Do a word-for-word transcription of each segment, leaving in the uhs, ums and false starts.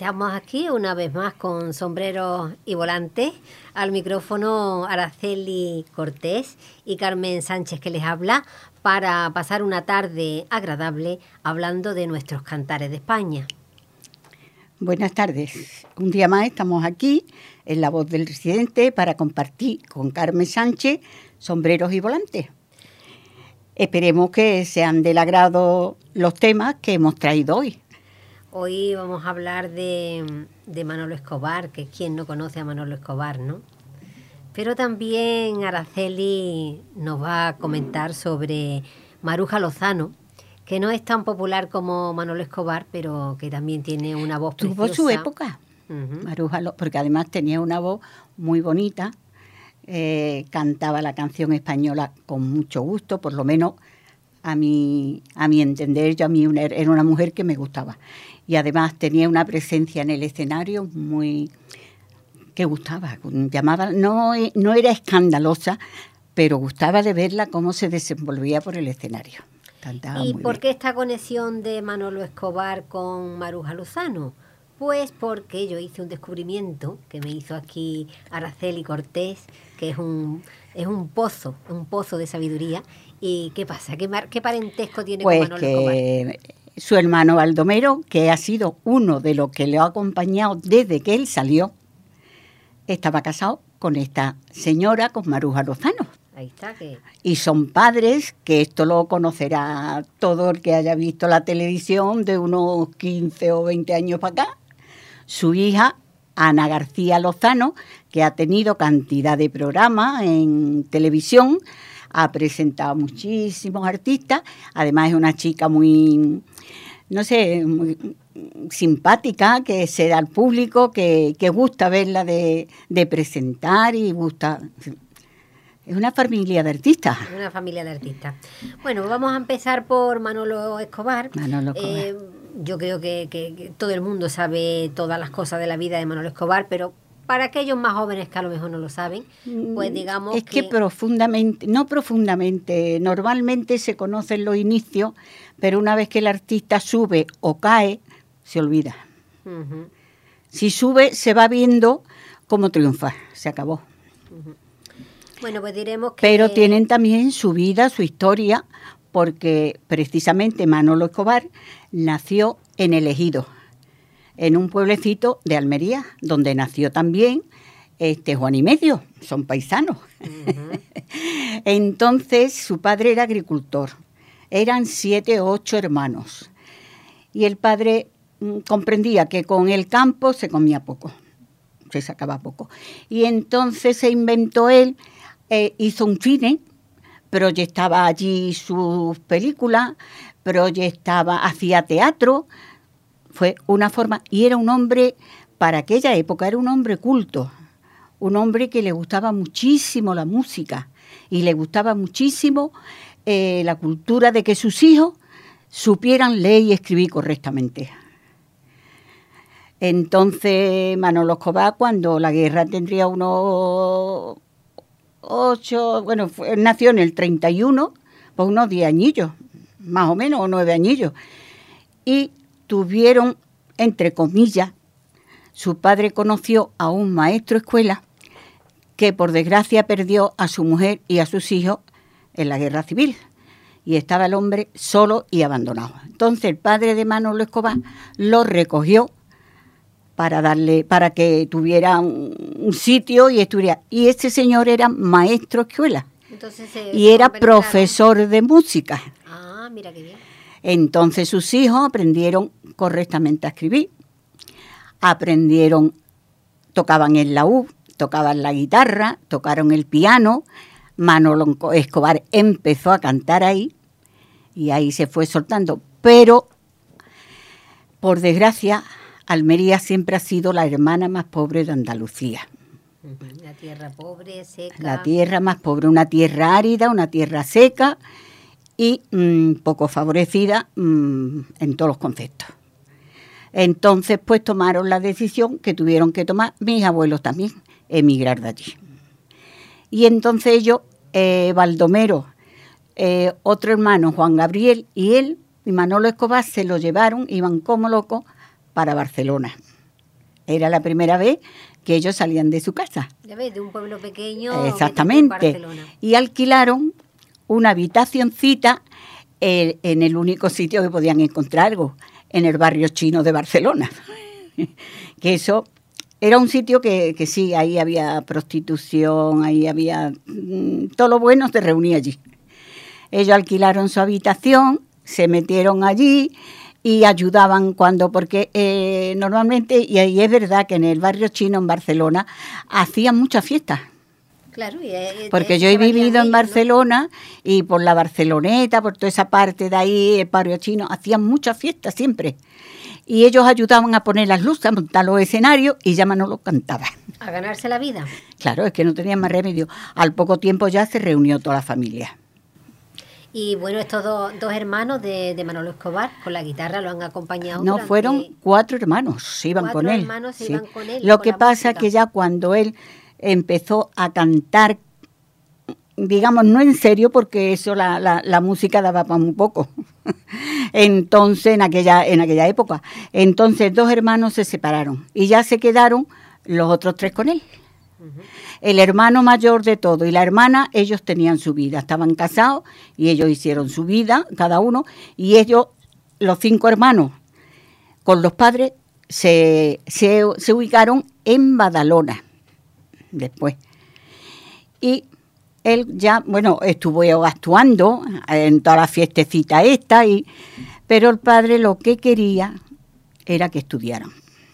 Estamos aquí una vez más con sombreros y volantes. Al micrófono Araceli Cortés y Carmen Sánchez, que les habla, para pasar una tarde agradable hablando de nuestros cantares de España. Buenas tardes. Un día más estamos aquí en La Voz del Residente para compartir con Carmen Sánchez sombreros y volantes. Esperemos que sean del agrado los temas que hemos traído hoy. Hoy vamos a hablar de, de Manolo Escobar, que quien no conoce a Manolo Escobar, ¿no? Pero también Araceli nos va a comentar sobre Maruja Lozano, que no es tan popular como Manolo Escobar, pero que también tiene una voz preciosa. Tuvo su época, uh-huh. Maruja, porque además tenía una voz muy bonita, eh, cantaba la canción española con mucho gusto, por lo menos a mi, a mi entender, yo a mí una, era una mujer que me gustaba. Y además tenía una presencia en el escenario muy que gustaba, llamaba, no, no era escandalosa, pero gustaba de verla cómo se desenvolvía por el escenario. Cantaba ¿Y muy por bien. qué esta conexión de Manolo Escobar con Maruja Lozano? Pues porque yo hice un descubrimiento que me hizo aquí Araceli Cortés, que es un, es un pozo, un pozo de sabiduría. ¿Y qué pasa? ¿Qué, qué parentesco tiene pues con Manolo que Escobar? Su hermano Baldomero, que ha sido uno de los que le ha acompañado desde que él salió, estaba casado con esta señora, con Maruja Lozano. Ahí está, que... Y son padres, que esto lo conocerá todo el que haya visto la televisión de unos quince o veinte años para acá. Su hija, Ana García Lozano, que ha tenido cantidad de programas en televisión, ha presentado muchísimos artistas, además es una chica muy, no sé, muy simpática, que se da al público, que, que gusta verla de, de presentar y gusta... Es una familia de artistas. Es una familia de artistas. Bueno, vamos a empezar por Manolo Escobar. Manolo Escobar. Eh, yo creo que, que, que todo el mundo sabe todas las cosas de la vida de Manolo Escobar, pero para aquellos más jóvenes que a lo mejor no lo saben, pues digamos es que... Es que profundamente, no profundamente, normalmente se conocen los inicios, pero una vez que el artista sube o cae, se olvida. Uh-huh. Si sube, se va viendo cómo triunfa, se acabó. Uh-huh. Bueno, pues diremos que... Pero tienen también su vida, su historia, porque precisamente Manolo Escobar nació en El Ejido, en un pueblecito de Almería, donde nació también este Juan y Medio, son paisanos. Uh-huh. Entonces su padre era agricultor, eran siete o ocho hermanos, y el padre mm, comprendía que con el campo se comía poco, se sacaba poco, y entonces se inventó él, eh, hizo un cine, proyectaba allí sus películas, proyectaba, hacía teatro. Fue una forma, y era un hombre, para aquella época, era un hombre culto, un hombre que le gustaba muchísimo la música y le gustaba muchísimo eh, la cultura de que sus hijos supieran leer y escribir correctamente. Entonces, Manolo Escobar, cuando la guerra tendría unos ocho, bueno, fue, nació en el treinta y uno, pues unos diez añillos, más o menos, o nueve añillos, y tuvieron, entre comillas, su padre conoció a un maestro escuela que por desgracia perdió a su mujer y a sus hijos en la guerra civil y estaba el hombre solo y abandonado. Entonces el padre de Manolo Escobar lo recogió para darle, para que tuviera un, un sitio y estudiara. Y este señor era maestro escuela. Entonces, eh, y era profesor de música. Ah, mira qué bien. Entonces sus hijos aprendieron correctamente a escribir, aprendieron, tocaban el laúd, tocaban la guitarra, tocaron el piano. Manolo Escobar empezó a cantar ahí y ahí se fue soltando. Pero, por desgracia, Almería siempre ha sido la hermana más pobre de Andalucía. La tierra pobre, seca. La tierra más pobre, una tierra árida, una tierra seca y mmm, poco favorecida mmm, en todos los conceptos. Entonces, pues tomaron la decisión que tuvieron que tomar mis abuelos también, emigrar de allí. Y entonces ellos, eh, Baldomero, eh, otro hermano, Juan Gabriel, y él, y Manolo Escobar, se lo llevaron, iban como locos, para Barcelona. Era la primera vez que ellos salían de su casa. Ya ves, de un pueblo pequeño. Exactamente. En Barcelona. Y alquilaron una habitacioncita eh, en el único sitio que podían encontrar algo, en el barrio chino de Barcelona. Que eso era un sitio que, que sí, ahí había prostitución, ahí había... Mmm, todo lo bueno se reunía allí. Ellos alquilaron su habitación, se metieron allí y ayudaban cuando, porque eh, normalmente, y ahí es verdad que en el barrio chino en Barcelona hacían muchas fiestas. Claro, y, y, porque yo he vivido en Barcelona, ¿no? Y por la Barceloneta, por toda esa parte de ahí, el barrio chino, hacían muchas fiestas siempre. Y ellos ayudaban a poner las luces, a montar los escenarios y ya Manolo cantaba. A ganarse la vida. Claro, es que no tenían más remedio. Al poco tiempo ya se reunió toda la familia. Y bueno, estos do, dos hermanos de, de Manolo Escobar con la guitarra lo han acompañado. No, durante... fueron cuatro hermanos, se iban cuatro con él. hermanos se sí. iban con él. Lo con que pasa es que ya cuando él empezó a cantar, digamos, no en serio, porque eso la, la, la música daba para muy poco. Entonces, en aquella, en aquella época. Entonces, dos hermanos se separaron y ya se quedaron los otros tres con él. Uh-huh. El hermano mayor de todo y la hermana, ellos tenían su vida, estaban casados y ellos hicieron su vida, cada uno, y ellos, los cinco hermanos, con los padres, se, se, se ubicaron en Badalona, después. Y él ya, bueno, estuvo actuando en toda la fiestecita esta, y, pero el padre lo que quería era que estudiaran.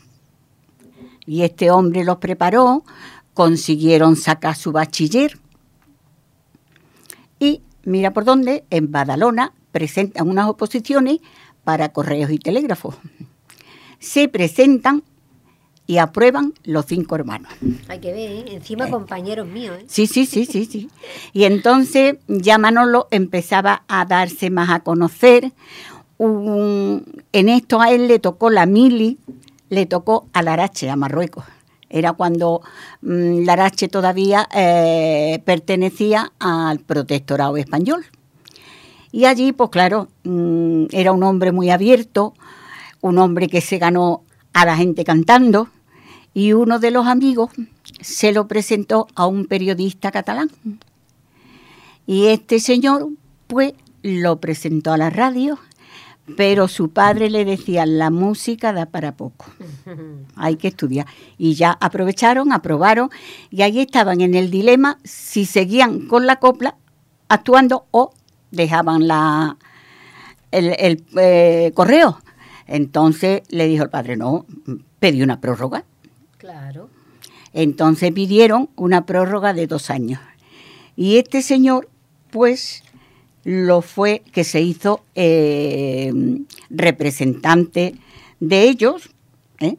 Y este hombre los preparó, consiguieron sacar su bachiller y mira por dónde, en Badalona presentan unas oposiciones para correos y telégrafos. Se presentan y aprueban los cinco hermanos. Hay que ver, ¿eh? Encima eh. compañeros míos. ¿eh? Sí, sí, sí, sí, sí. Y entonces ya Manolo empezaba a darse más a conocer. Un, en esto a él le tocó la mili, le tocó a Larache, a Marruecos. Era cuando mmm, Larache todavía eh, pertenecía al protectorado español. Y allí, pues claro, mmm, era un hombre muy abierto, un hombre que se ganó a la gente cantando, y uno de los amigos se lo presentó a un periodista catalán. Y este señor, pues, lo presentó a la radio, pero su padre le decía, la música da para poco, hay que estudiar. Y ya aprovecharon, aprobaron, y ahí estaban en el dilema si seguían con la copla actuando o dejaban la el, el eh, correo. Entonces le dijo el padre, no, pedí una prórroga. Claro. Entonces pidieron una prórroga de dos años. Y este señor, pues, lo fue que se hizo eh, representante de ellos, ¿eh?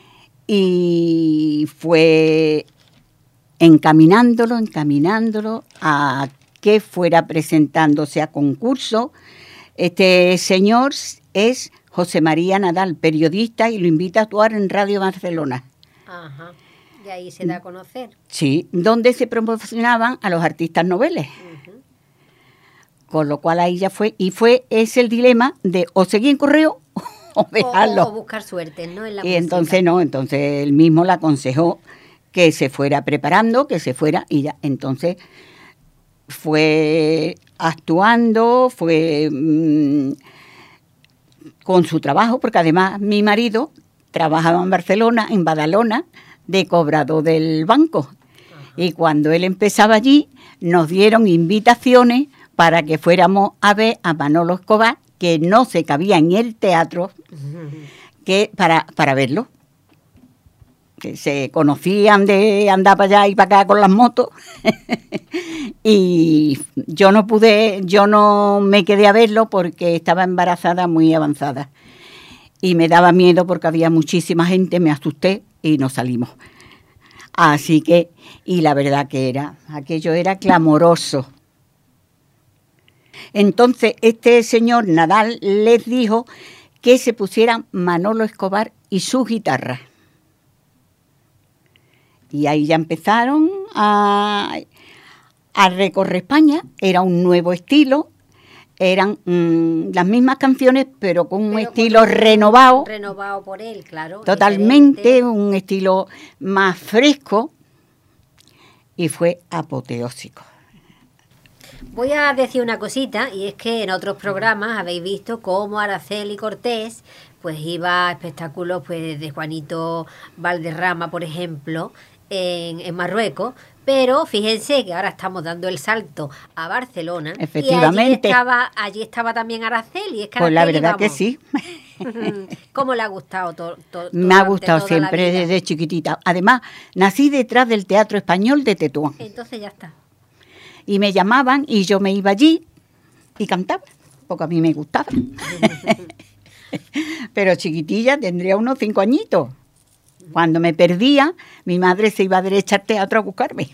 Y fue encaminándolo, encaminándolo a que fuera presentándose a concurso. Este señor es José María Nadal, periodista, y lo invita a actuar en Radio Barcelona. Ajá, y ahí se da a conocer. Sí, donde se promocionaban a los artistas noveles. Uh-huh. Con lo cual ahí ya fue, y fue, es el dilema de o seguir en correo o dejarlo. O, o buscar suerte, ¿no? En la y música. entonces no, entonces él mismo le aconsejó que se fuera preparando, que se fuera, y ya, entonces fue actuando, fue mmm, con su trabajo, porque además mi marido trabajaba en Barcelona, en Badalona, de cobrador del banco. Ajá. Y cuando él empezaba allí, nos dieron invitaciones para que fuéramos a ver a Manolo Escobar, que no se cabía en el teatro, que para, para verlo. Que se conocían de andar para allá y para acá con las motos. Y yo no pude, yo no me quedé a verlo porque estaba embarazada muy avanzada. Y me daba miedo porque había muchísima gente, me asusté y nos salimos. Así que, y la verdad que era, aquello era clamoroso. Entonces, este señor Nadal les dijo que se pusieran Manolo Escobar y su guitarra. Y ahí ya empezaron a, a recorrer España, era un nuevo estilo. eran mmm, las mismas canciones, pero con un pero estilo con un, renovado. Renovado por él, claro. Totalmente, diferente. Un estilo más fresco, y fue apoteósico. Voy a decir una cosita, y es que en otros programas habéis visto cómo Araceli Cortés pues iba a espectáculos pues de Juanito Valderrama, por ejemplo, en, en Marruecos, pero fíjense que ahora estamos dando el salto a Barcelona. Efectivamente. Y allí estaba, allí estaba también Araceli. Es que Pues la Araceli, verdad vamos, que sí. ¿Cómo le ha gustado? To, to, Me ha durante gustado toda siempre la vida? desde chiquitita. Además, nací detrás del Teatro Español de Tetuán. Entonces ya está. Y me llamaban y yo me iba allí y cantaba, porque a mí me gustaba. Pero chiquitilla, tendría unos cinco añitos. Cuando me perdía, mi madre se iba derecha al teatro a buscarme.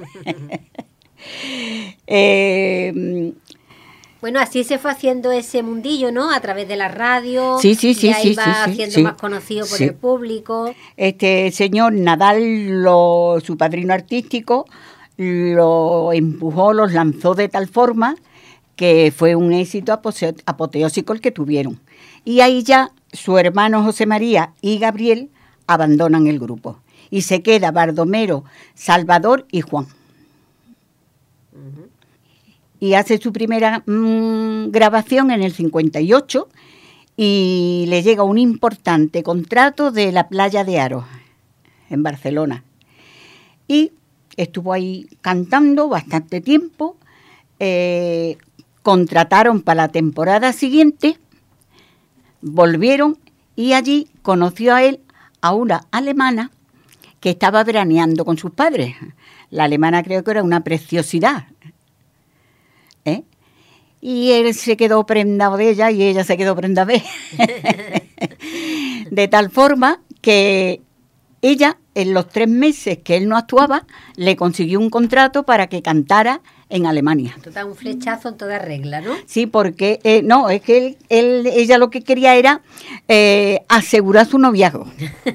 eh, Bueno, así se fue haciendo ese mundillo, ¿no? A través de la radio. Sí, sí, sí, y ahí sí, va sí, sí, haciendo sí. más conocido por Sí. el público. Este señor Nadal, lo, su padrino artístico, lo empujó, los lanzó de tal forma que fue un éxito apose- apoteósico el que tuvieron. Y ahí ya su hermano José María y Gabriel abandonan el grupo. Y se queda Baldomero, Salvador y Juan. Uh-huh. Y hace su primera mmm, grabación en el cincuenta y ocho y le llega un importante contrato de la Playa de Aro, en Barcelona. Y estuvo ahí cantando bastante tiempo. Eh, contrataron para la temporada siguiente, volvieron y allí conoció a él a una alemana que estaba veraneando con sus padres. La alemana creo que era una preciosidad. ¿Eh? Y él se quedó prendado de ella y ella se quedó prendada de él. De tal forma que ella, en los tres meses que él no actuaba, le consiguió un contrato para que cantara en Alemania. Total, un flechazo en toda regla, ¿no? Sí, porque, eh, no, es que él, él, ella lo que quería era eh, asegurar su noviazgo.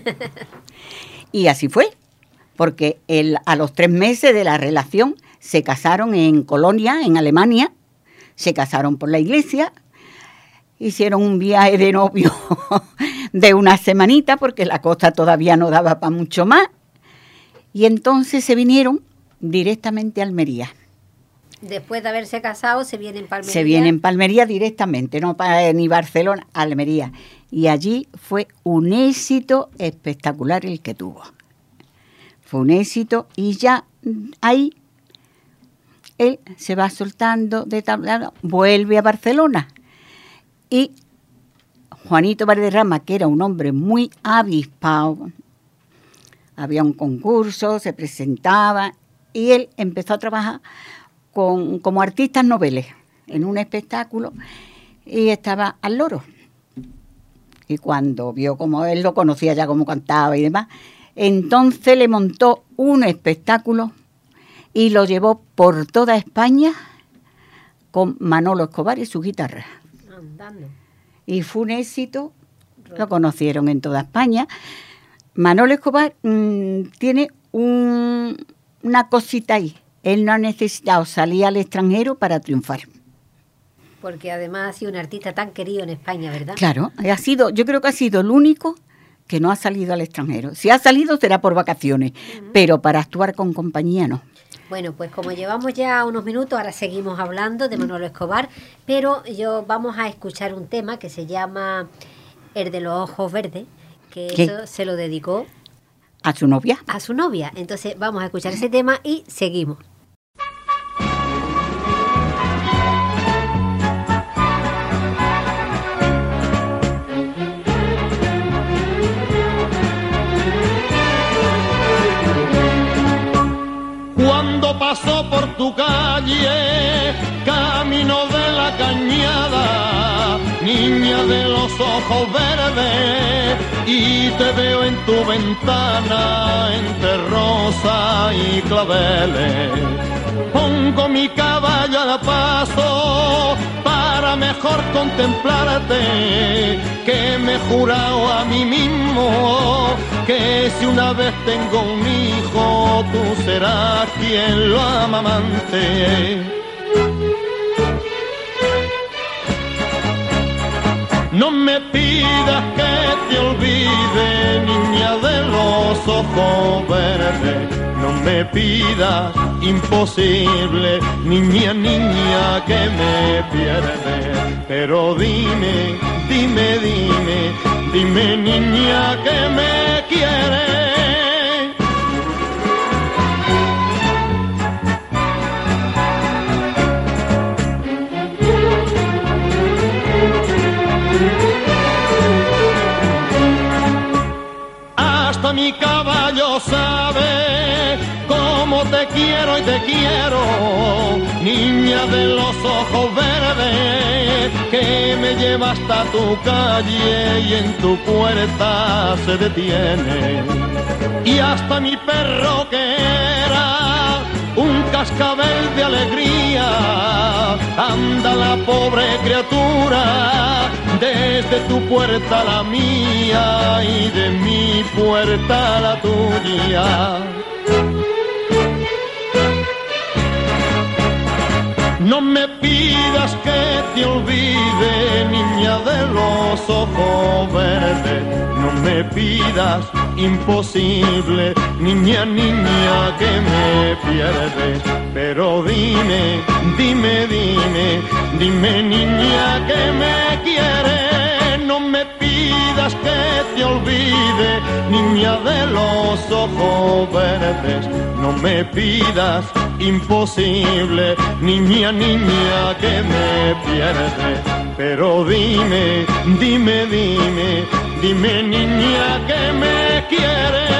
Y así fue, porque él, a los tres meses de la relación se casaron en Colonia, en Alemania, se casaron por la iglesia, hicieron un viaje de novio de una semanita, porque la costa todavía no daba para mucho más, y entonces se vinieron directamente a Almería. Después de haberse casado, se viene en Palmería. Se viene en Palmería directamente, no para ni Barcelona, Almería. Y allí fue un éxito espectacular el que tuvo. Fue un éxito y ya ahí él se va soltando de tablado, vuelve a Barcelona. Y Juanito Valderrama, que era un hombre muy avispado, había un concurso, se presentaba y él empezó a trabajar con, como artistas noveles en un espectáculo y estaba al loro. Y cuando vio como él lo conocía ya cómo cantaba y demás, entonces le montó un espectáculo y lo llevó por toda España con Manolo Escobar y su guitarra. Andando. Y fue un éxito, lo conocieron en toda España. Manolo Escobar mmm, tiene un, una cosita ahí. Él no ha necesitado salir al extranjero para triunfar. Porque además ha sido un artista tan querido en España, ¿verdad? Claro, ha sido, yo creo que ha sido el único que no ha salido al extranjero. Si ha salido será por vacaciones, uh-huh. pero para actuar con compañía no. Bueno, pues como llevamos ya unos minutos, ahora seguimos hablando de Manolo Escobar, pero yo vamos a escuchar un tema que se llama El de los ojos verdes, que ¿Qué? Eso se lo dedicó a su novia. A su novia. Entonces vamos a escuchar ese tema y seguimos. Cuando pasó por tu calle, camino de la cañada, niña de los ojos verdes, y te veo en tu ventana entre rosa y claveles. Pongo mi caballo al paso para mejor contemplarte, que me he jurado a mí mismo que si una vez tengo un hijo, tú serás quien lo amamante. No me pidas que te olvide, niña de los ojos verdes. No me pidas imposible, niña, niña, que me pierde. Pero dime, dime, dime, dime, niña, que me quieres. Hasta mi caballo sabe cómo te quiero y te quiero, niña de los ojos verdes, que me lleva hasta tu calle y en tu puerta se detiene. Y hasta mi perro que era un cascabel de alegría, anda la pobre criatura desde tu puerta a la mía y de mi puerta a la tuya. No me pidas que te olvide, niña de los ojos verdes. No me pidas imposible, niña, niña, que me pierdes. Pero dime, dime, dime, dime, niña, que me quieres. No me pidas que te olvide, niña de los ojos verdes. No me pidas imposible, niña, niña, que me pierdes. Pero dime, dime, dime, dime, niña, que me quieres.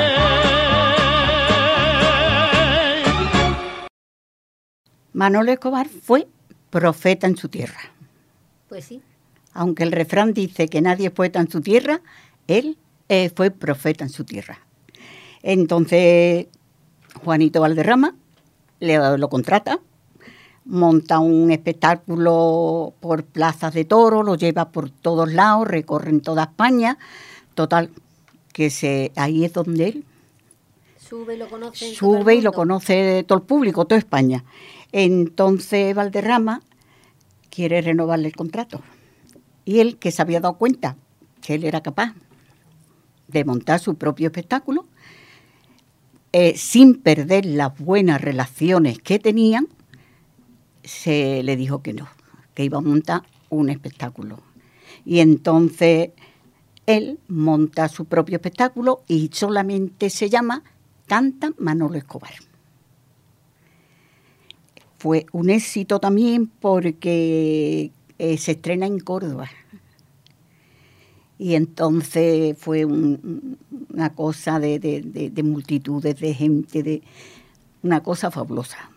Manolo Escobar fue profeta en su tierra. Pues sí. Aunque el refrán dice que nadie es poeta en su tierra, él eh, fue profeta en su tierra. Entonces, Juanito Valderrama le lo contrata, monta un espectáculo por plazas de toros, lo lleva por todos lados, recorre en toda España. Total, que se ahí es donde él sube y lo conoce. Sube y lo conoce todo el público, toda España. Entonces Valderrama quiere renovarle el contrato. Y él, que se había dado cuenta que él era capaz de montar su propio espectáculo, eh, sin perder las buenas relaciones que tenían, se le dijo que no, que iba a montar un espectáculo. Y entonces él monta su propio espectáculo y solamente se llama Canta Manolo Escobar. Fue un éxito también porque eh, se estrena en Córdoba. Y entonces fue un, una cosa de, de, de, de multitudes de gente, de una cosa fabulosa.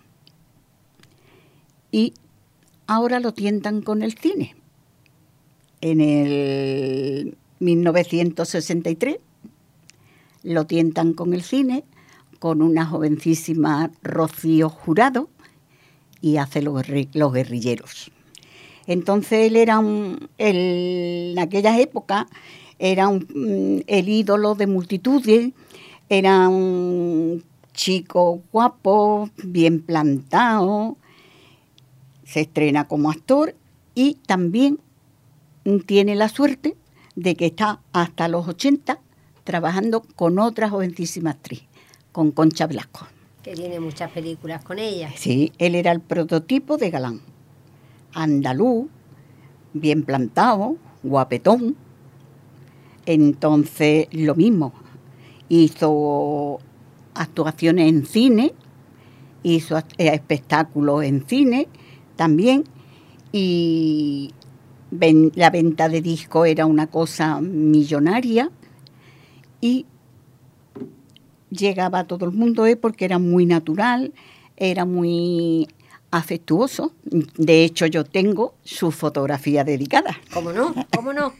Y ahora lo tientan con el cine. En el mil novecientos sesenta y tres lo tientan con el cine, con una jovencísima Rocío Jurado, y hace los, los guerrilleros. Entonces él era un, él, en aquellas épocas era un, el ídolo de multitudes, era un chico guapo, bien plantado, se estrena como actor y también tiene la suerte de que está hasta los ochenta trabajando con otra jovencísima actriz, con Concha Velasco. Que tiene muchas películas con ella. Sí, él era el prototipo de galán. Andaluz, bien plantado, guapetón. Entonces, lo mismo. Hizo actuaciones en cine, hizo espectáculos en cine también, y ven, la venta de discos era una cosa millonaria, y llegaba a todo el mundo eh, porque era muy natural, era muy afectuoso. De hecho, yo tengo su fotografía dedicada. ¿Cómo no? ¿Cómo no?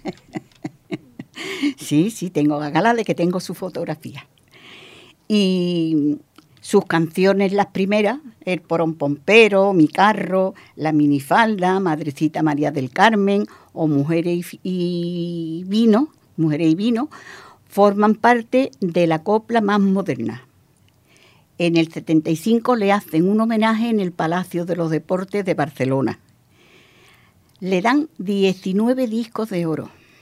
Sí, sí, tengo la gala de que tengo su fotografía. Y sus canciones, las primeras, El Porón Pompero, Mi Carro, La Minifalda, Madrecita María del Carmen o Mujeres y Vino, Mujeres y Vino, forman parte de la copla más moderna. En el setenta y cinco le hacen un homenaje en el Palacio de los Deportes de Barcelona. Le dan diecinueve discos de oro.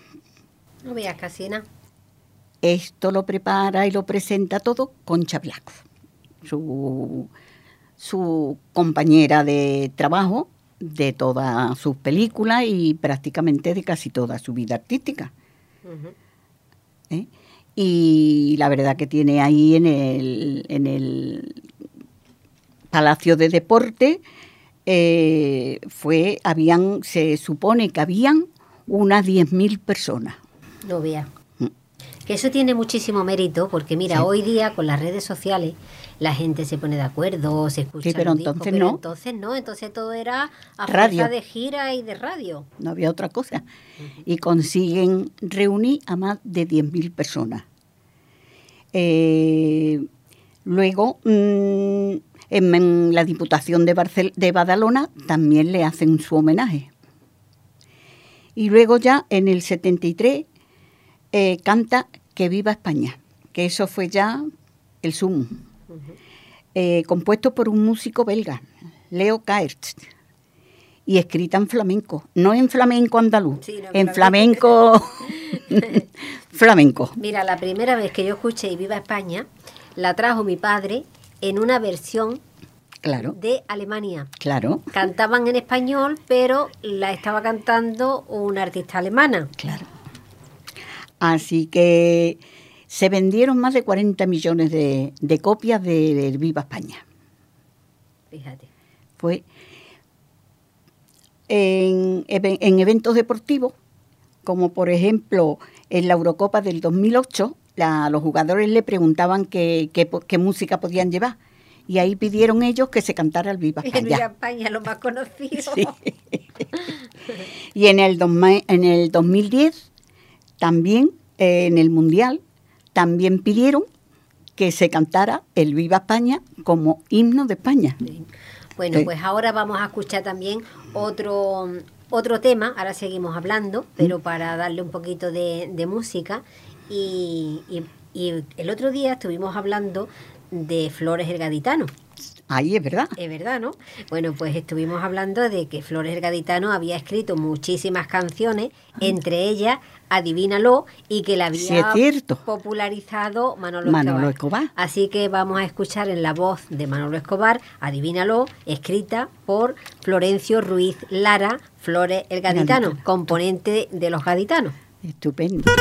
No veas casi nada. Esto lo prepara y lo presenta todo Concha Blanco, su, su compañera de trabajo de todas sus películas y prácticamente de casi toda su vida artística. Uh-huh. ¿Eh? Y la verdad que tiene ahí en el, en el Palacio de Deporte, eh, fue, habían, se supone que habían unas diez mil personas. No veas. Que eso tiene muchísimo mérito, porque mira, sí. Hoy día con las redes sociales la gente se pone de acuerdo, se escucha sí, pero los entonces discos, pero no. entonces no, entonces todo era a radio. fuerza de gira y de radio. No había otra cosa. Uh-huh. Y consiguen reunir a más de diez mil personas. Eh, luego, mmm, en, en la Diputación de, Barcel- de Badalona también le hacen su homenaje. Y luego ya en el setenta y tres eh, canta Que viva España, que eso fue ya el sumo. Uh-huh. Eh, compuesto por un músico belga, Leo Kaerts, y escrita en flamenco, no en flamenco andaluz, sí, no, en flamenco flamenco. Mira, la primera vez que yo escuché Y viva España, la trajo mi padre en una versión claro. de Alemania. Claro. Cantaban en español, pero la estaba cantando una artista alemana. Claro. Así que se vendieron más de cuarenta millones de, de copias de, de Viva España. Fíjate. Fue en, en eventos deportivos, como por ejemplo en la Eurocopa del dos mil ocho, la, los jugadores le preguntaban qué, qué, qué música podían llevar. Y ahí pidieron ellos que se cantara el Viva España. El Viva España, lo más conocido. Sí. Y en el, dos, en el dos mil diez, también eh, en el Mundial, también pidieron que se cantara el Viva España como himno de España. Sí. Bueno, sí. Pues ahora vamos a escuchar también otro, otro tema, ahora seguimos hablando, pero mm. para darle un poquito de, de música. Y, y, y el otro día estuvimos hablando de Flores el Gaditano. Ahí es verdad. Es verdad, ¿no? Bueno, pues estuvimos hablando de que Flores el Gaditano había escrito muchísimas canciones, entre ellas Adivínalo, y que la había sí, es popularizado Manolo, Manolo Escobar. Escobar. Así que vamos a escuchar en la voz de Manolo Escobar Adivínalo, escrita por Florencio Ruiz Lara, Flores el Gaditano, Gaditano. componente de Los Gaditanos. Estupendo.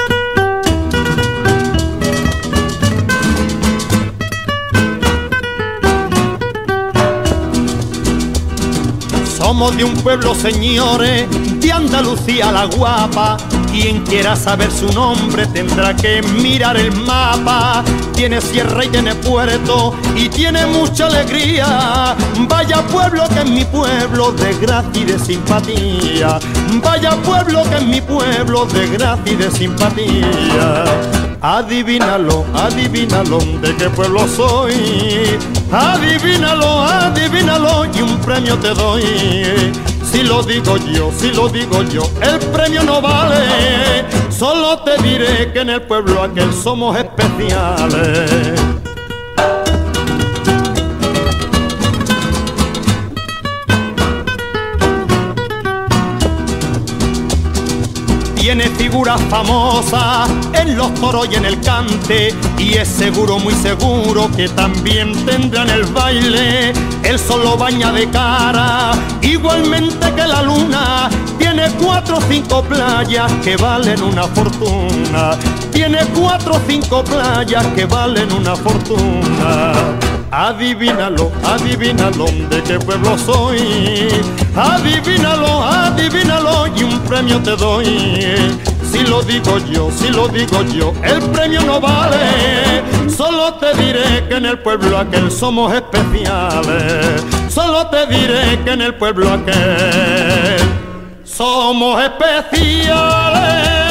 Somos de un pueblo, señores, de Andalucía la guapa. Quien quiera saber su nombre tendrá que mirar el mapa. Tiene sierra y tiene puerto y tiene mucha alegría. Vaya pueblo que es mi pueblo de gracia y de simpatía. Vaya pueblo que es mi pueblo de gracia y de simpatía. Adivínalo, adivínalo, ¿de qué pueblo soy? Adivínalo, adivínalo y un premio te doy. Si lo digo yo, si lo digo yo, el premio no vale. Solo te diré que en el pueblo aquel somos especiales. Tiene figuras famosas en los toros y en el cante, y es seguro, muy seguro, que también tendrán el baile. El sol lo baña de cara, igualmente que la luna. Tiene cuatro o cinco playas que valen una fortuna. Tiene cuatro o cinco playas que valen una fortuna. Adivínalo, adivínalo, ¿de qué pueblo soy? Adivínalo, adivínalo y un premio te doy. Si lo digo yo, si lo digo yo, el premio no vale. Solo te diré que en el pueblo aquel somos especiales. Solo te diré que en el pueblo aquel somos especiales.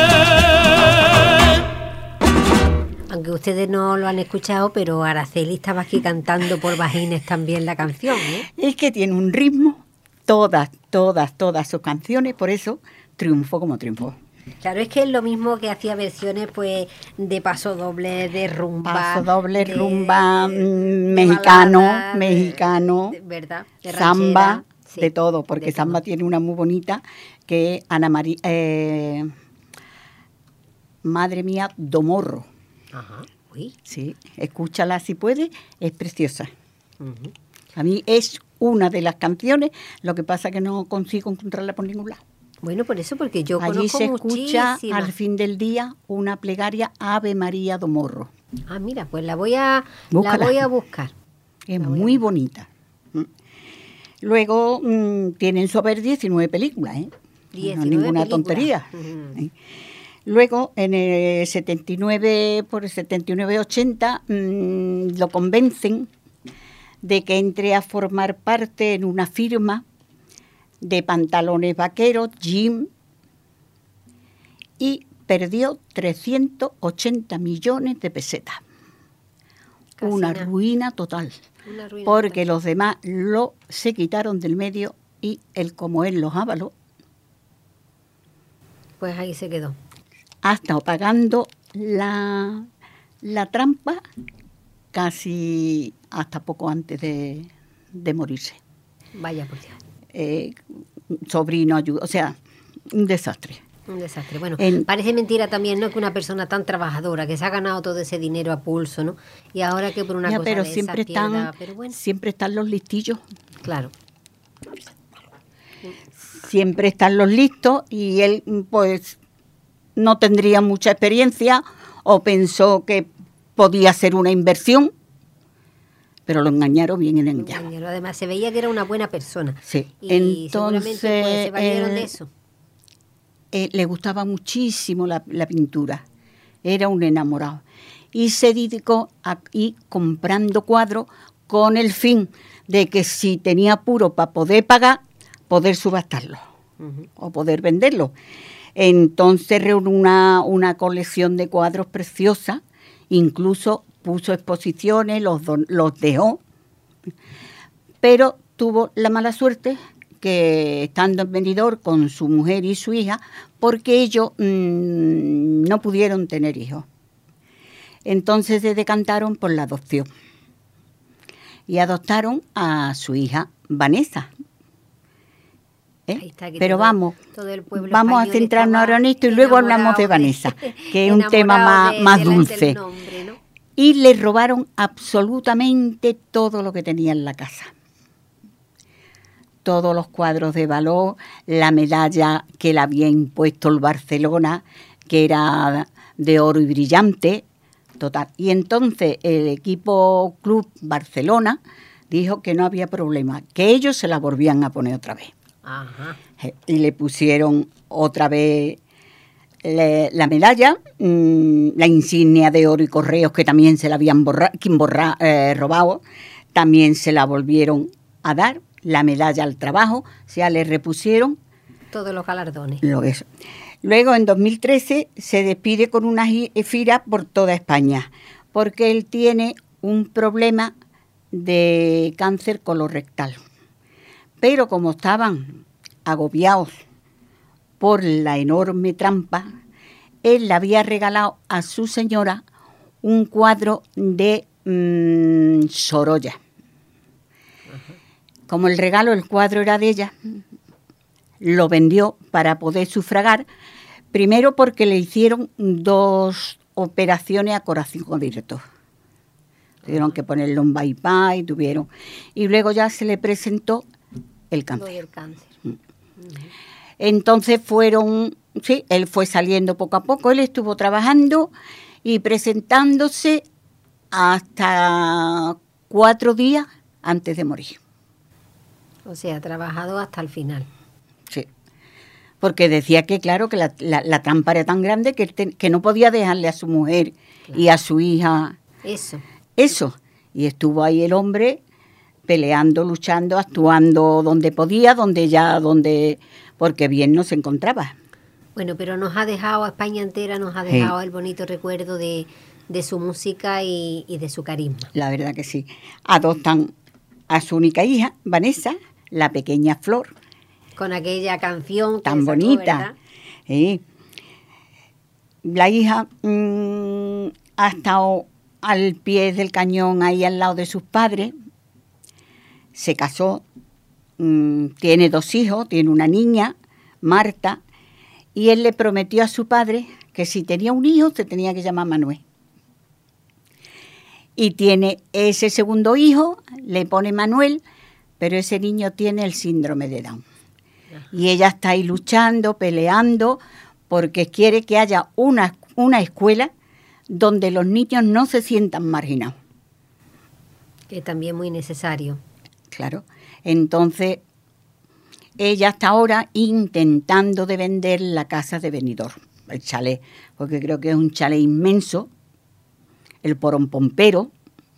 Aunque ustedes no lo han escuchado, pero Araceli estaba aquí cantando por bajines también la canción, ¿eh? Es que tiene un ritmo, todas, todas, todas sus canciones, por eso triunfó como triunfó. Claro, es que es lo mismo que hacía versiones pues de paso doble, de rumba. Paso doble, de, rumba, de, mexicano, de balada, mexicano, de, de, ¿verdad? De samba, ranchera, sí, de todo, porque de samba todo. Tiene una muy bonita que Ana María... Eh, Madre mía, Domorro. Ajá, uy. Sí, escúchala si puedes, es preciosa. Uh-huh. A mí es una de las canciones, lo que pasa que no consigo encontrarla por ningún lado. Bueno, por eso, porque yo Allí conozco se escucha muchísimas. al fin del día una plegaria Ave María Domorro. Ah, mira, pues la voy a, la Búscala. voy a buscar. Es La voy a muy buscar. bonita. ¿Mm? Luego mmm, tienen su haber diecinueve películas, ¿eh? diecinueve no es ninguna películas. tontería. Ujú. ¿eh? Luego, en el setenta y nueve, por el setenta y nueve ochenta, mmm, lo convencen de que entre a formar parte en una firma de pantalones vaqueros, Jim, y perdió trescientos ochenta millones de pesetas. Casi Una nada. ruina total, Una ruina porque total. los demás lo se quitaron del medio y él, como él los avaló, Pues ahí se quedó. ha estado pagando la, la trampa casi hasta poco antes de, de morirse. Vaya por Dios. Eh, sobrino ayuda, o sea, un desastre. Un desastre. Bueno, En- parece mentira también, ¿no? Que una persona tan trabajadora, que se ha ganado todo ese dinero a pulso, ¿no? Y ahora que por una Ya, cosa pero de siempre esa pierda, están, pero bueno, siempre están los listillos, claro. siempre están los listos y él pues no tendría mucha experiencia o pensó que podía ser una inversión, pero lo engañaron bien en el ya. Compañero. Además, se veía que era una buena persona. Sí. Y seguramente pues, se Entonces, valieron de él- eso. Eh, le gustaba muchísimo la, la pintura, era un enamorado. Y se dedicó a ir comprando cuadros con el fin de que si tenía apuro para poder pagar, poder subastarlos Ujú. o poder venderlos. Entonces reunió una, una colección de cuadros preciosa, incluso puso exposiciones, los, don- los dejó, pero tuvo la mala suerte que estando en Benidorm con su mujer y su hija, porque ellos mmm, no pudieron tener hijos. Entonces se decantaron por la adopción y adoptaron a su hija Vanessa. ¿Eh? Ahí está, que Pero todo- vamos, todo el pueblo vamos a español centrarnos estaba ahora en esto y luego hablamos de enamorado Vanessa, que es un enamorado tema más, de- más de la- del dulce. nombre, ¿no? Y le robaron absolutamente todo lo que tenía en la casa. Todos los cuadros de valor, la medalla que le había impuesto el Barcelona, que era de oro y brillante, total. Y entonces el equipo Club Barcelona dijo que no había problema, que ellos se la volvían a poner otra vez. Ajá. Eh, Y le pusieron otra vez le- la medalla, mmm, la insignia de oro y correos que también se la habían borra, quien borra, eh, robado, también se la volvieron a dar, la medalla al trabajo, o sea, le repusieron Todos los galardones. lo que es. Luego, en dos mil trece, se despide con una gi- gira por toda España, porque él tiene un problema de cáncer colorectal. Pero como estaban agobiados por la enorme trampa, él le había regalado a su señora un cuadro de mmm, Sorolla. Como el regalo, el cuadro era de ella, lo vendió para poder sufragar, primero porque le hicieron dos operaciones a corazón abierto. Tuvieron que ponerle un bypass y tuvieron. Y luego ya se le presentó el Lo cáncer. del cáncer. Entonces fueron, sí, él fue saliendo poco a poco, él estuvo trabajando y presentándose hasta cuatro días antes de morir. O sea, trabajado hasta el final. Sí. Porque decía que, claro, que la, la, la trampa era tan grande que, él te- que no podía dejarle a su mujer y a su hija Eso. eso. Y estuvo ahí el hombre peleando, luchando, actuando donde podía, donde ya, donde, porque bien no se encontraba. Bueno, pero nos ha dejado a España entera, nos ha Sí. dejado el bonito recuerdo de, de su música y, y de su carisma. La verdad que sí. Adoptan a su única hija, Vanessa, la pequeña Flor, Con aquella canción que tan sacó, bonita. ¿verdad? Sí. La hija mmm, ha estado al pie del cañón, ahí al lado de sus padres. Se casó, mmm, tiene dos hijos, tiene una niña, Marta, y él le prometió a su padre que si tenía un hijo se tenía que llamar Manuel. Y tiene ese segundo hijo, le pone Manuel, pero ese niño tiene el síndrome de Down. Y ella está ahí luchando, peleando, porque quiere que haya una, una escuela donde los niños no se sientan marginados. Que también muy necesario. Claro. Entonces, ella está ahora intentando de vender la casa de Benidorm, el chalet, porque creo que es un chalet inmenso, el Porompompero,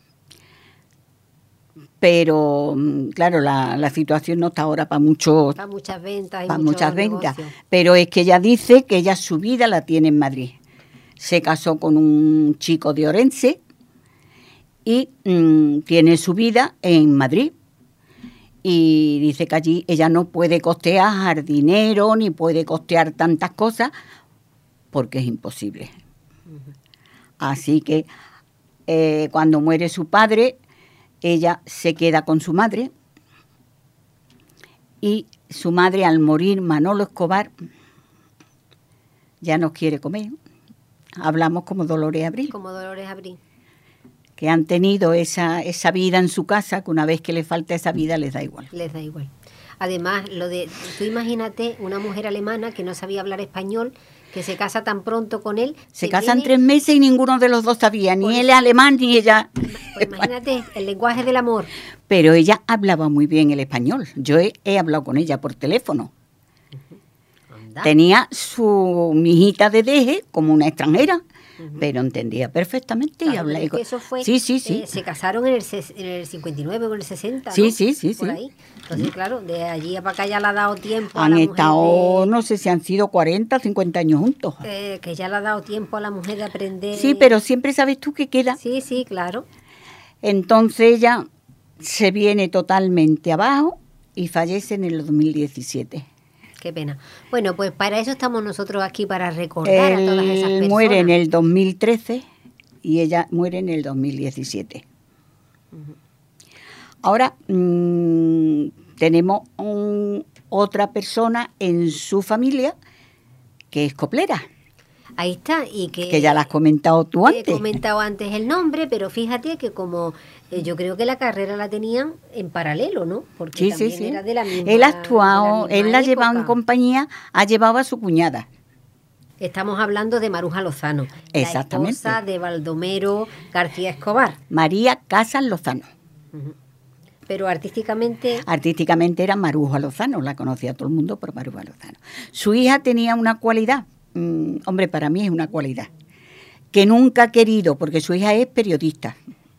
pero claro, la, la situación no está ahora para mucho, para muchas ventas, y para muchos muchas ventas, negocios. Pero es que ella dice que ella su vida la tiene en Madrid. Se casó con un chico de Orense y mmm, tiene su vida en Madrid. Y dice que allí ella no puede costear jardinero ni puede costear tantas cosas porque es imposible. Uh-huh. Así que eh, cuando muere su padre, ella se queda con su madre y su madre, al morir, Manolo Escobar, ya no quiere comer. Hablamos como Dolores Abril. Como Dolores Abril. Que han tenido esa, esa vida en su casa, que una vez que les falta esa vida les da igual. Les da igual. Además, lo de, tú imagínate una mujer alemana que no sabía hablar español, que se casa tan pronto con él. Se casan tiene... tres meses y ninguno de los dos sabía, ni él es alemán ni ella. Pues imagínate el lenguaje del amor. Pero ella hablaba muy bien el español. Yo he, he hablado con ella por teléfono. Uh-huh. Tenía su mijita de deje como una extranjera. Uh-huh. Pero entendía perfectamente claro, y hablaba. Es que eso fue, sí, sí, sí. Eh, se casaron en el, en el cincuenta y nueve o en el sesenta, sí, ¿no? Sí, sí, Por sí. ahí. Entonces, claro, de allí a para acá ya le ha dado tiempo Han a la estado, de, no sé si han sido cuarenta, cincuenta años juntos. Eh, que ya le ha dado tiempo a la mujer de aprender. Sí, pero siempre sabes tú que queda. Sí, sí, claro. Entonces ella se viene totalmente abajo y fallece en el dos mil diecisiete. Qué pena. Bueno, pues para eso estamos nosotros aquí, para recordar Él a todas esas personas. Muere en el dos mil trece y ella muere en el dos mil diecisiete. Uh-huh. Ahora mmm, tenemos un, otra persona en su familia que es coplera. Ahí está, y que... Que ya la has comentado tú antes. He comentado antes el nombre, pero fíjate que como eh, yo creo que la carrera la tenían en paralelo, ¿no? Porque sí, también sí, sí. era de la misma Él ha actuado, la él la ha llevado en compañía, ha llevado a su cuñada. Estamos hablando de Maruja Lozano, exactamente, la esposa de Baldomero García Escobar. María Casas Lozano. Uh-huh. Pero artísticamente... Artísticamente era Maruja Lozano, la conocía todo el mundo por Maruja Lozano. Su hija tenía una cualidad, mmm, hombre, para mí es una cualidad, que nunca ha querido, porque su hija es periodista.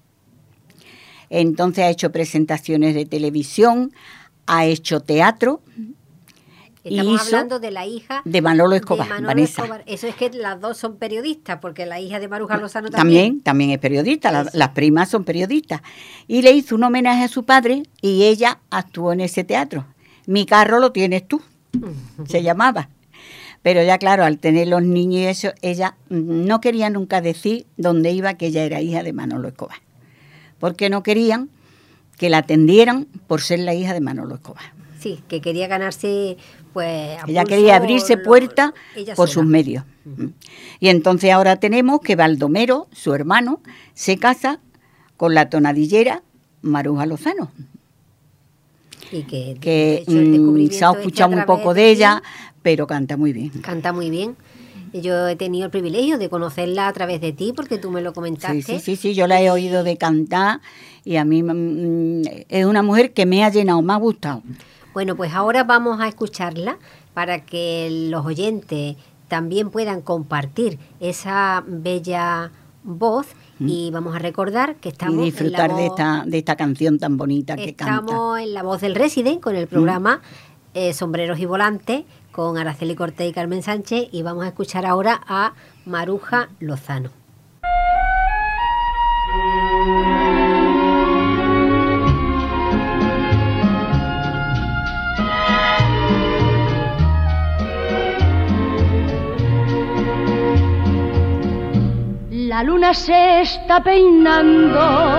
Entonces ha hecho presentaciones de televisión, ha hecho teatro. Estamos hizo hablando de la hija de Manolo Escobar, de Manolo Vanessa. Escobar. Eso es que las dos son periodistas, porque la hija de Maruja Lozano también. También, también es periodista, la, las primas son periodistas. Y le hizo un homenaje a su padre y ella actuó en ese teatro. Mi carro lo tienes tú, se llamaba. Pero ya claro, al tener los niños y eso, ella no quería nunca decir dónde iba que ella era hija de Manolo Escobar. Porque no querían que la atendieran por ser la hija de Manolo Escobar. Sí, que quería ganarse, pues... Ella quería abrirse puertas por sola. sus medios. Uh-huh. Y entonces ahora tenemos que Baldomero, su hermano, se casa con la tonadillera Maruja Lozano. Y que, que mmm, se ha escuchado muy poco de, de ella, pero canta muy bien. Canta muy bien. Yo he tenido el privilegio de conocerla a través de ti, porque tú me lo comentaste. Sí, sí, sí, sí, yo la he oído de cantar y a mí mmm, es una mujer que me ha llenado, me ha gustado. Bueno, pues ahora vamos a escucharla para que los oyentes también puedan compartir esa bella voz ¿Mm? Y vamos a recordar que estamos y disfrutar en la voz, de esta de esta canción tan bonita que canta. Estamos en La Voz del Resident con el programa ¿Mm? eh, Sombreros y Volantes con Araceli Cortés y Carmen Sánchez, y vamos a escuchar ahora a Maruja Lozano. La luna se está peinando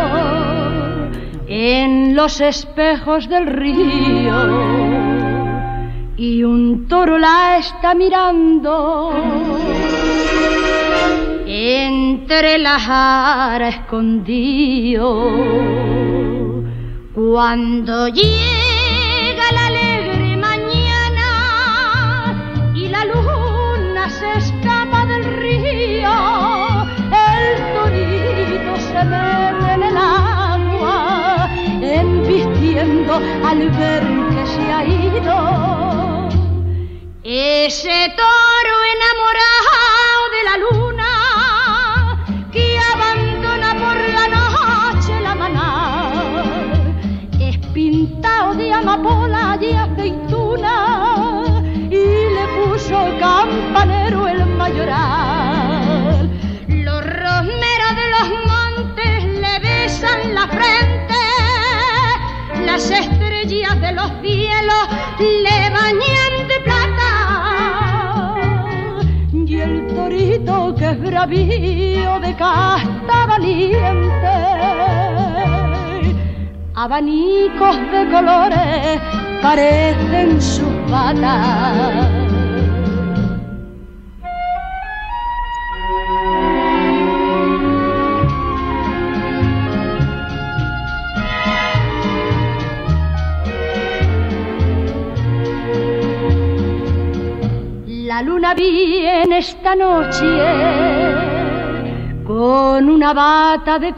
en los espejos del río y un toro la está mirando entre la jara escondido. Cuando llega la alegre mañana y la luna se escapa del río, el torito se mete en el agua, embistiendo al ver que se ha ido. Ese toro enamorado de la luna que abandona por la noche la manada, es pintado de amapola y aceituna y le puso campanero el mayoral. Los romeros de los montes le besan la frente, las estrellas de los cielos le bañan de plata, y el torito que es bravío de casta valiente, abanicos de colores parecen sus patas. La luna viene esta noche con una bata de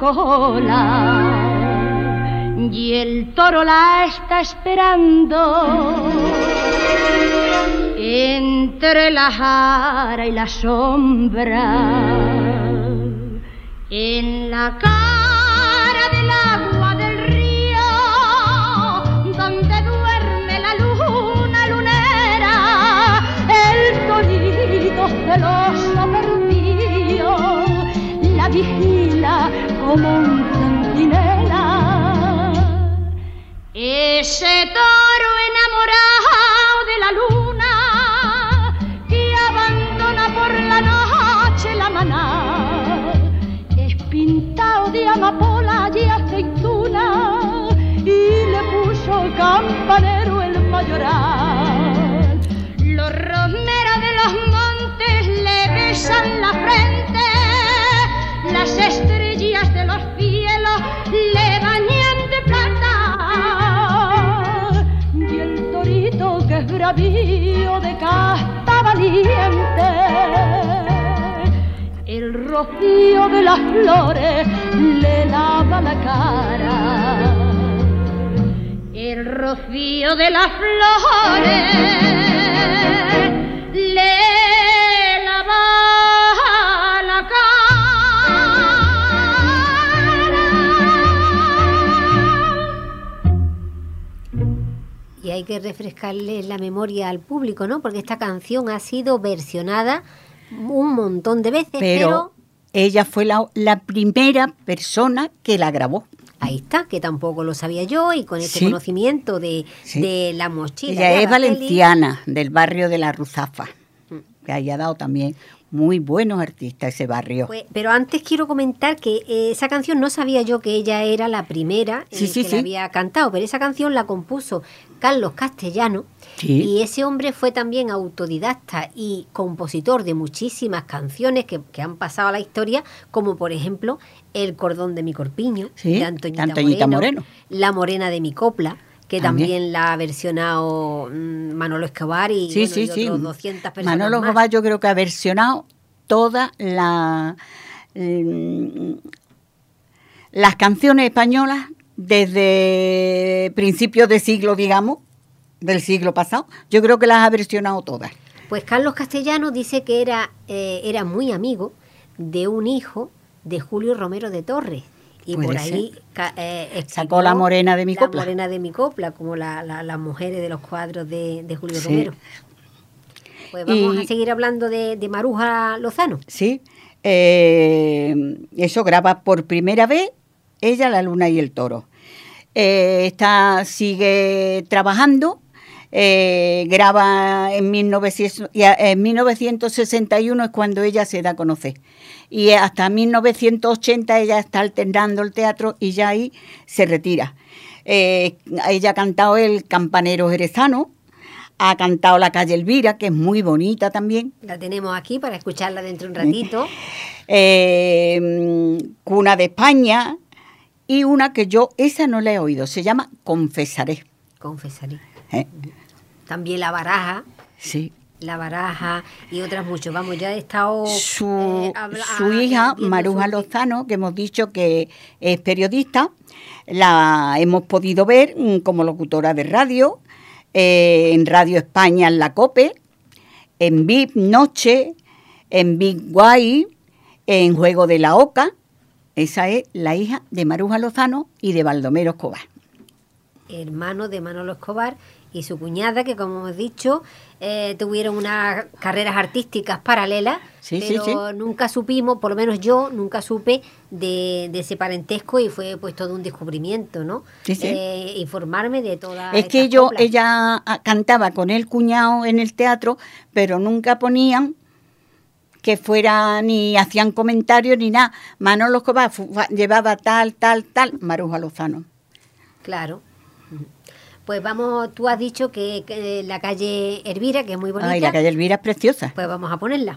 cola y el toro la está esperando entre la jara y la sombra. En la cara del agua del río donde duerme la luna lunera, el torito celoso perdido la vigila como un centinela. Ese toro enamorado de la luna que abandona por la noche la manada, es pintado de amapola y aceituna y le puso campanero el mayoral. Los romeros de los montes le besan la frente, las estrellas de los cielos le bañan de plata, y el torito que es bravío de casta valiente, el rocío de las flores le lava la cara, el rocío de las flores le lava la cara. Y hay que refrescarle la memoria al público, ¿no? Porque esta canción ha sido versionada un montón de veces, pero... pero ella fue la, la primera persona que la grabó. Ahí está, que tampoco lo sabía yo, y con ese Sí. conocimiento de, Sí. de la mochila. Ella de es Araceli. valenciana, del barrio de la Ruzafa, que haya dado también muy buenos artistas ese barrio. Pues, pero antes quiero comentar que eh, esa canción no sabía yo que ella era la primera Sí, eh, sí, que sí. la había cantado, pero esa canción la compuso Carlos Castellano. Sí. Y ese hombre fue también autodidacta y compositor de muchísimas canciones que, que han pasado a la historia, como por ejemplo El cordón de mi corpiño, Sí, de Antoñita, de Antoñita Moreno, Moreno. La morena de mi copla, que También. también, la ha versionado mm, Manolo Escobar y, Sí, bueno, sí, y sí. otros doscientas personas Manolo más. Escobar yo creo que ha versionado todas la, mm, las canciones españolas desde principios de siglo, digamos, del siglo pasado. Yo creo que las ha versionado todas. Pues Carlos Castellano dice que era, eh, era muy amigo de un hijo de Julio Romero de Torres. Y Puede por ahí ser. ca- eh, escribió Sacó La morena de mi La copla. morena de mi copla, como la- la- las mujeres de los cuadros de, de Julio Sí. Romero. Pues vamos Y- a seguir hablando de, de Maruja Lozano. Sí, eh, eso graba por primera vez ella, La luna y el toro. Eh, está, sigue trabajando, eh, graba en, mil novecientos, y a- en mil novecientos sesenta y uno es cuando ella se da a conocer. Y hasta mil novecientos ochenta ella está alternando el teatro y ya ahí se retira. Eh, ella ha cantado El campanero jerezano, ha cantado La calle Elvira, que es muy bonita también. La tenemos aquí para escucharla dentro de un ratito. eh, Cuna de España, y una que yo, esa no la he oído, se llama Confesaré. Confesaré. ¿Eh? También La Baraja. Sí. La Baraja y otras muchas. Vamos, ya he estado... Su, eh, habla, su hija, Maruja sobre... Lozano, que hemos dicho que es periodista, la hemos podido ver como locutora de radio, eh, en Radio España, en la COPE, en V I P Noche, en Big Guay, en Juego de la Oca. Esa es la hija de Maruja Lozano y de Baldomero Escobar. Hermano de Manolo Escobar y su cuñada, que como hemos dicho, eh, tuvieron unas carreras artísticas paralelas, sí, pero sí, sí. nunca supimos, por lo menos yo nunca supe de, de ese parentesco, y fue pues todo un descubrimiento, ¿no? Sí, sí. Eh, informarme de todas Es que estas yo, coplas. ella cantaba con el cuñado en el teatro, pero nunca ponían que fuera, ni hacían comentarios ni nada. Manolo Escobar llevaba tal, tal, tal, Maruja Lozano. Claro. Pues vamos, tú has dicho que, que la calle Elvira, que es muy bonita. Ay, la calle Elvira es preciosa. Pues vamos a ponerla.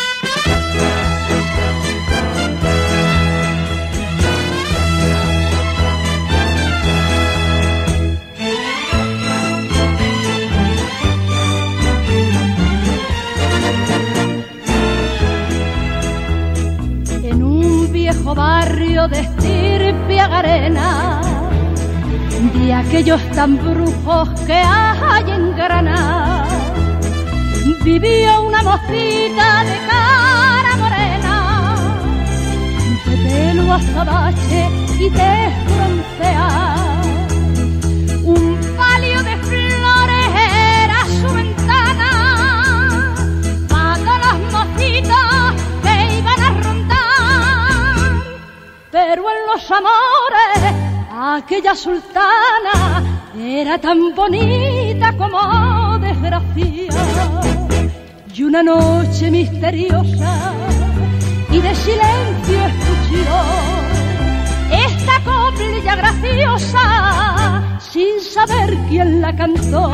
En un viejo barrio de estirpe agarena, de aquellos tan brujos que hay en Granada, vivía una mocita de cara morena, de pelo azabache y de broncear. Un palio de flores era su ventana, para las mocitas que iban a rondar, pero en los amores aquella sultana era tan bonita como desgraciada. Y una noche misteriosa y de silencio escuchó esta coplilla graciosa sin saber quién la cantó.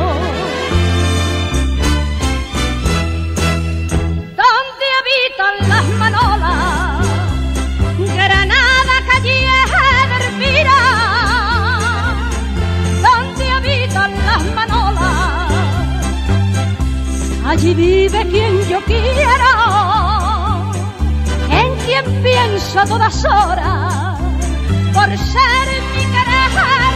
¿Dónde habitan las manolas? Granada, calle de Elvira. Allí vive quien yo quiera, en quien pienso a todas horas, por ser mi querer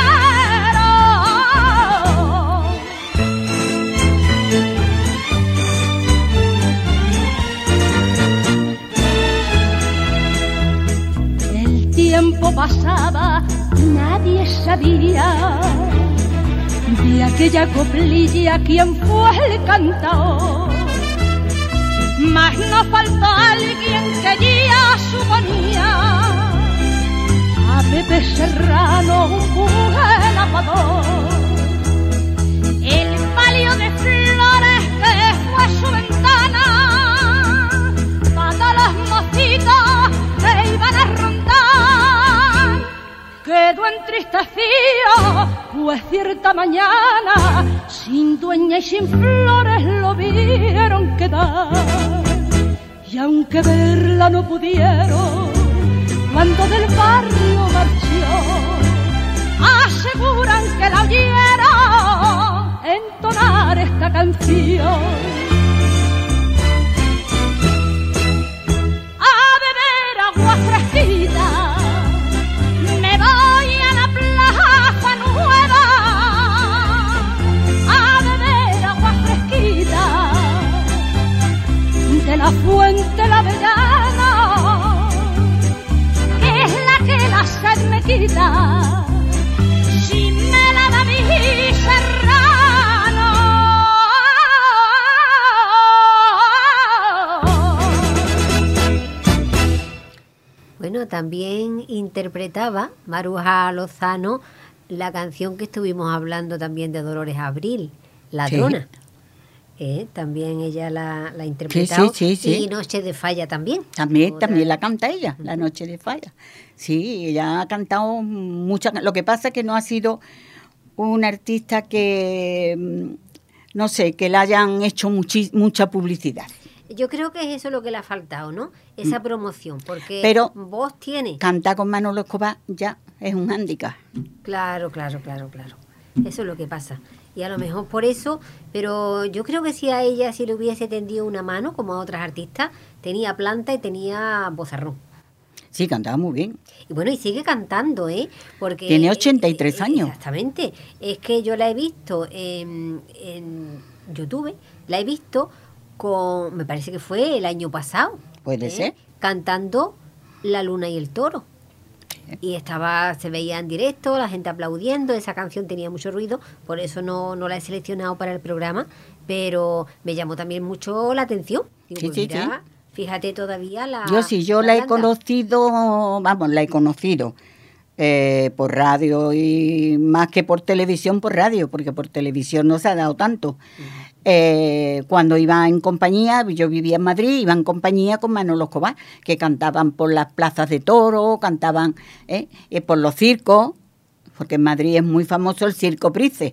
primero. El tiempo pasaba, nadie sabía de aquella coplilla quién fue el cantador, mas no faltó alguien que ya suponía a Pepe Serrano, un buen apador. El palio de flores que fue su ventana, para las mocitas que iban a rondar, quedó entristecido, pues cierta mañana, sin dueña y sin flores, lo vieron quedar. Y aunque verla no pudieron, cuando del barrio marchó, aseguran que la oyeron entonar esta canción. A beber agua fresquita me voy a la plaza nueva, a beber agua fresquita de la fuente la avellana, que es la que la sed me quita, si me la da mi Serrano. Bueno, también interpretaba Maruja Lozano la canción que estuvimos hablando también de Dolores Abril, Ladrona. Sí. Eh, también ella la, la interpretó. Sí, sí, sí, sí. Y Noche de Falla también. También, Otra. también la canta ella, La Noche de Falla. Sí, ella ha cantado muchas. Lo que pasa es que no ha sido una artista que, no sé, que le hayan hecho muchi, mucha publicidad. Yo creo que es eso lo que le ha faltado, ¿no? Esa promoción, porque Pero voz tiene. Cantar con Manolo Escobar ya es un hándicap. Claro, claro, claro, claro. Eso es lo que pasa. Y a lo mejor por eso, pero yo creo que si a ella, si le hubiese tendido una mano, como a otras artistas, tenía planta y tenía vozarrón. Sí, cantaba muy bien. Y bueno, y sigue cantando, ¿eh? Porque tiene ochenta y tres eh, años. Exactamente. Es que yo la he visto en, en YouTube, la he visto con, me parece que fue el año pasado. Puede ¿eh? ser. Cantando La Luna y el Toro. Y estaba, se veía en directo, la gente aplaudiendo, esa canción tenía mucho ruido, por eso no, no la he seleccionado para el programa, pero me llamó también mucho la atención. Digo, Sí, pues sí, mira, sí. Fíjate todavía la... Yo sí, yo la, he planta. conocido, vamos, la he conocido eh, por radio y más que por televisión, por radio, porque por televisión no se ha dado tanto. Uh-huh. Eh, cuando iba en compañía, yo vivía en Madrid, iba en compañía con Manolo Escobar, que cantaban por las plazas de toros, cantaban eh, eh, por los circos, porque en Madrid es muy famoso el Circo Price.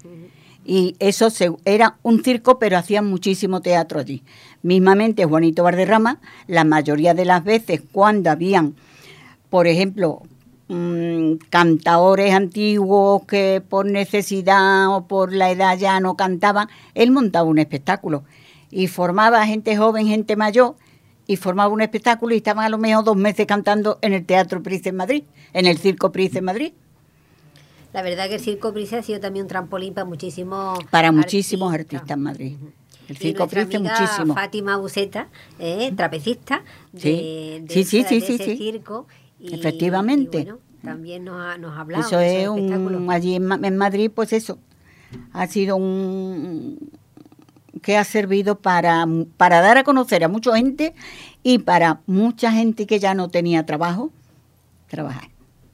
Y eso se, era un circo, pero hacían muchísimo teatro allí. Mismamente Juanito Valderrama, la mayoría de las veces cuando habían, por ejemplo, mmm, cantadores antiguos que por necesidad o por la edad ya no cantaban, él montaba un espectáculo y formaba gente joven, gente mayor, y formaba un espectáculo y estaban a lo mejor dos meses cantando en el Teatro Price en Madrid, en el Circo Price en Madrid. La verdad que el Circo Price ha sido también un trampolín para muchísimos Para muchísimos artistas, artistas en Madrid. El y Circo nuestra Price amiga muchísimo. Fátima Buceta, eh, trapecista de, Sí. de, Sí, sí, esa- sí, de sí, ese sí. circo. Y, Efectivamente. y bueno, también nos ha, nos ha hablado Eso de es esos espectáculos. un, allí en, Ma- en Madrid, pues eso, ha sido un que ha servido para, para dar a conocer a mucha gente y para mucha gente que ya no tenía trabajo, trabajar.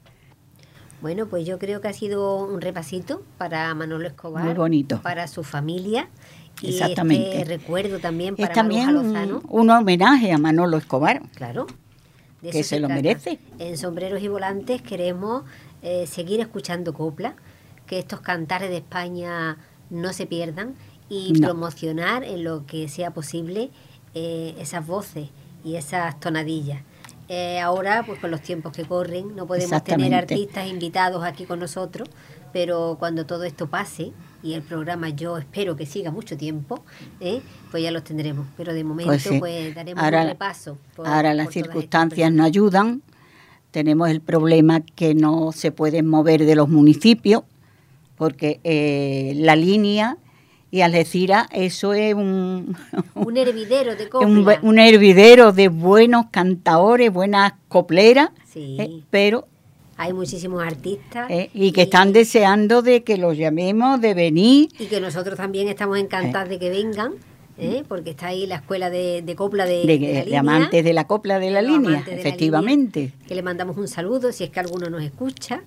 Bueno, pues yo creo que ha sido un repasito para Manolo Escobar. Muy bonito. Para su familia. Y Exactamente. este recuerdo también para Es también Maruja un, Lozano. un homenaje a Manolo Escobar, Claro. de que eso se lo trata. merece. En Sombreros y Volantes queremos eh, seguir escuchando copla, que estos cantares de España no se pierdan y No. promocionar en lo que sea posible eh, esas voces y esas tonadillas. Eh, ahora, pues con los tiempos que corren, no podemos tener Exactamente. artistas invitados aquí con nosotros, pero cuando todo esto pase, y el programa yo espero que siga mucho tiempo, ¿eh? pues ya los tendremos. Pero de momento, Pues sí. pues daremos Ahora- un repaso. por- Ahora por las todas estas circunstancias personas. no ayudan, tenemos el problema que no se pueden mover de los municipios, porque eh, la línea y Algeciras, eso es un, Un hervidero de copla. un, un hervidero de buenos cantadores, buenas copleras, Sí. eh, pero Hay muchísimos artistas. eh, y que están deseando de que los llamemos, de venir. Y que nosotros también estamos encantados de que vengan, ¿eh? porque está ahí la escuela de, de copla de, De, de la de línea, amantes de la copla de la los línea, amantes de la efectivamente. línea, que le mandamos un saludo si es que alguno nos escucha.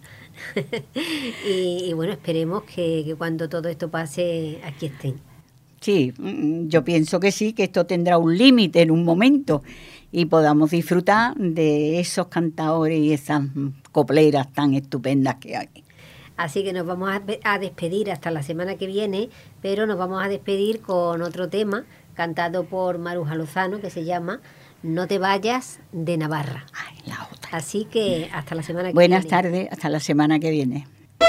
y, y bueno, esperemos que, que cuando todo esto pase, aquí estén. Sí, mm, yo pienso que sí, que esto tendrá un límite en un momento y podamos disfrutar de esos cantadores y esas mm, copleras tan estupendas que hay. Así que nos vamos a, a despedir hasta la semana que viene, pero nos vamos a despedir con otro tema cantado por Maruja Lozano que se llama No te vayas de Navarra. Ay, la otra. Así que hasta la semana que Buenas viene. tardes, hasta la semana que viene.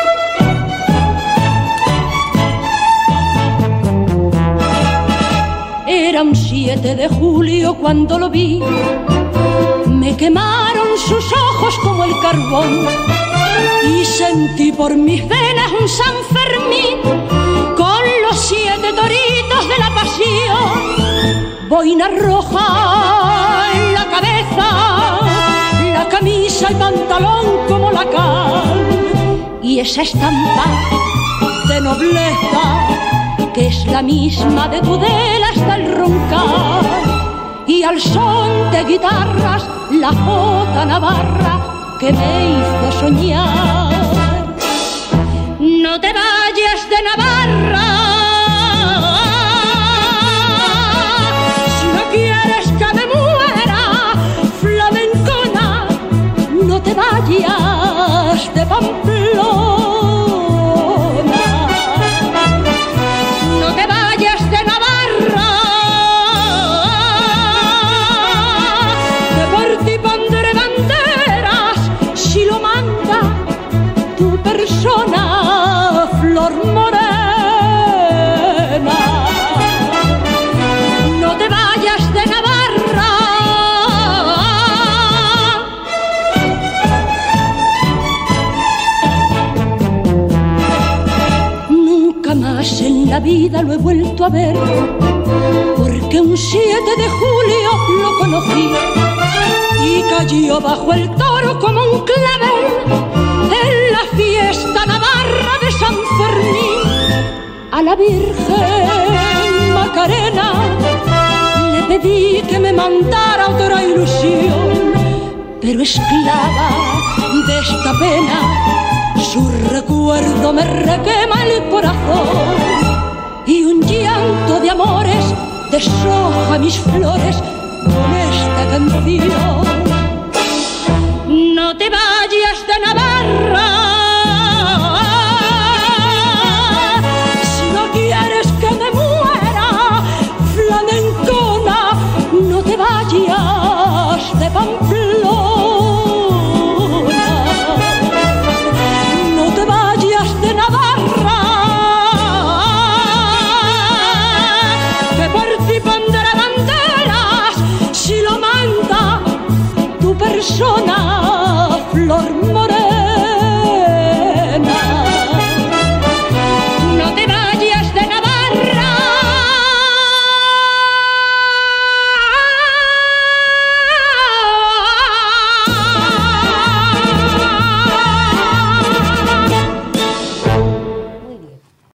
Era un siete de julio cuando lo vi, me quemaron sus ojos como el carbón y sentí por mis venas un San Fermín con los siete toritos de la pasión. Boina roja en la cabeza, la camisa y pantalón como la cal y esa estampa de nobleza que es la misma de Tudela hasta el roncar, y al son de guitarras la jota navarra que me hizo soñar. No te vayas de Navarra, si no quieres que me muera, flamencona, no te vayas de Pamplona. No te vayas de Navarra, persona, flor morena. No te vayas de Navarra. Nunca más en la vida lo he vuelto a ver, porque un siete de julio lo conocí y cayó bajo el toro como un clavel en la fiesta navarra de San Fermín. A la Virgen Macarena le pedí que me mandara otra ilusión, pero esclava de esta pena, su recuerdo me requema el corazón, y un llanto de amores deshoja mis flores con esta canción. No te vayas de Navarra.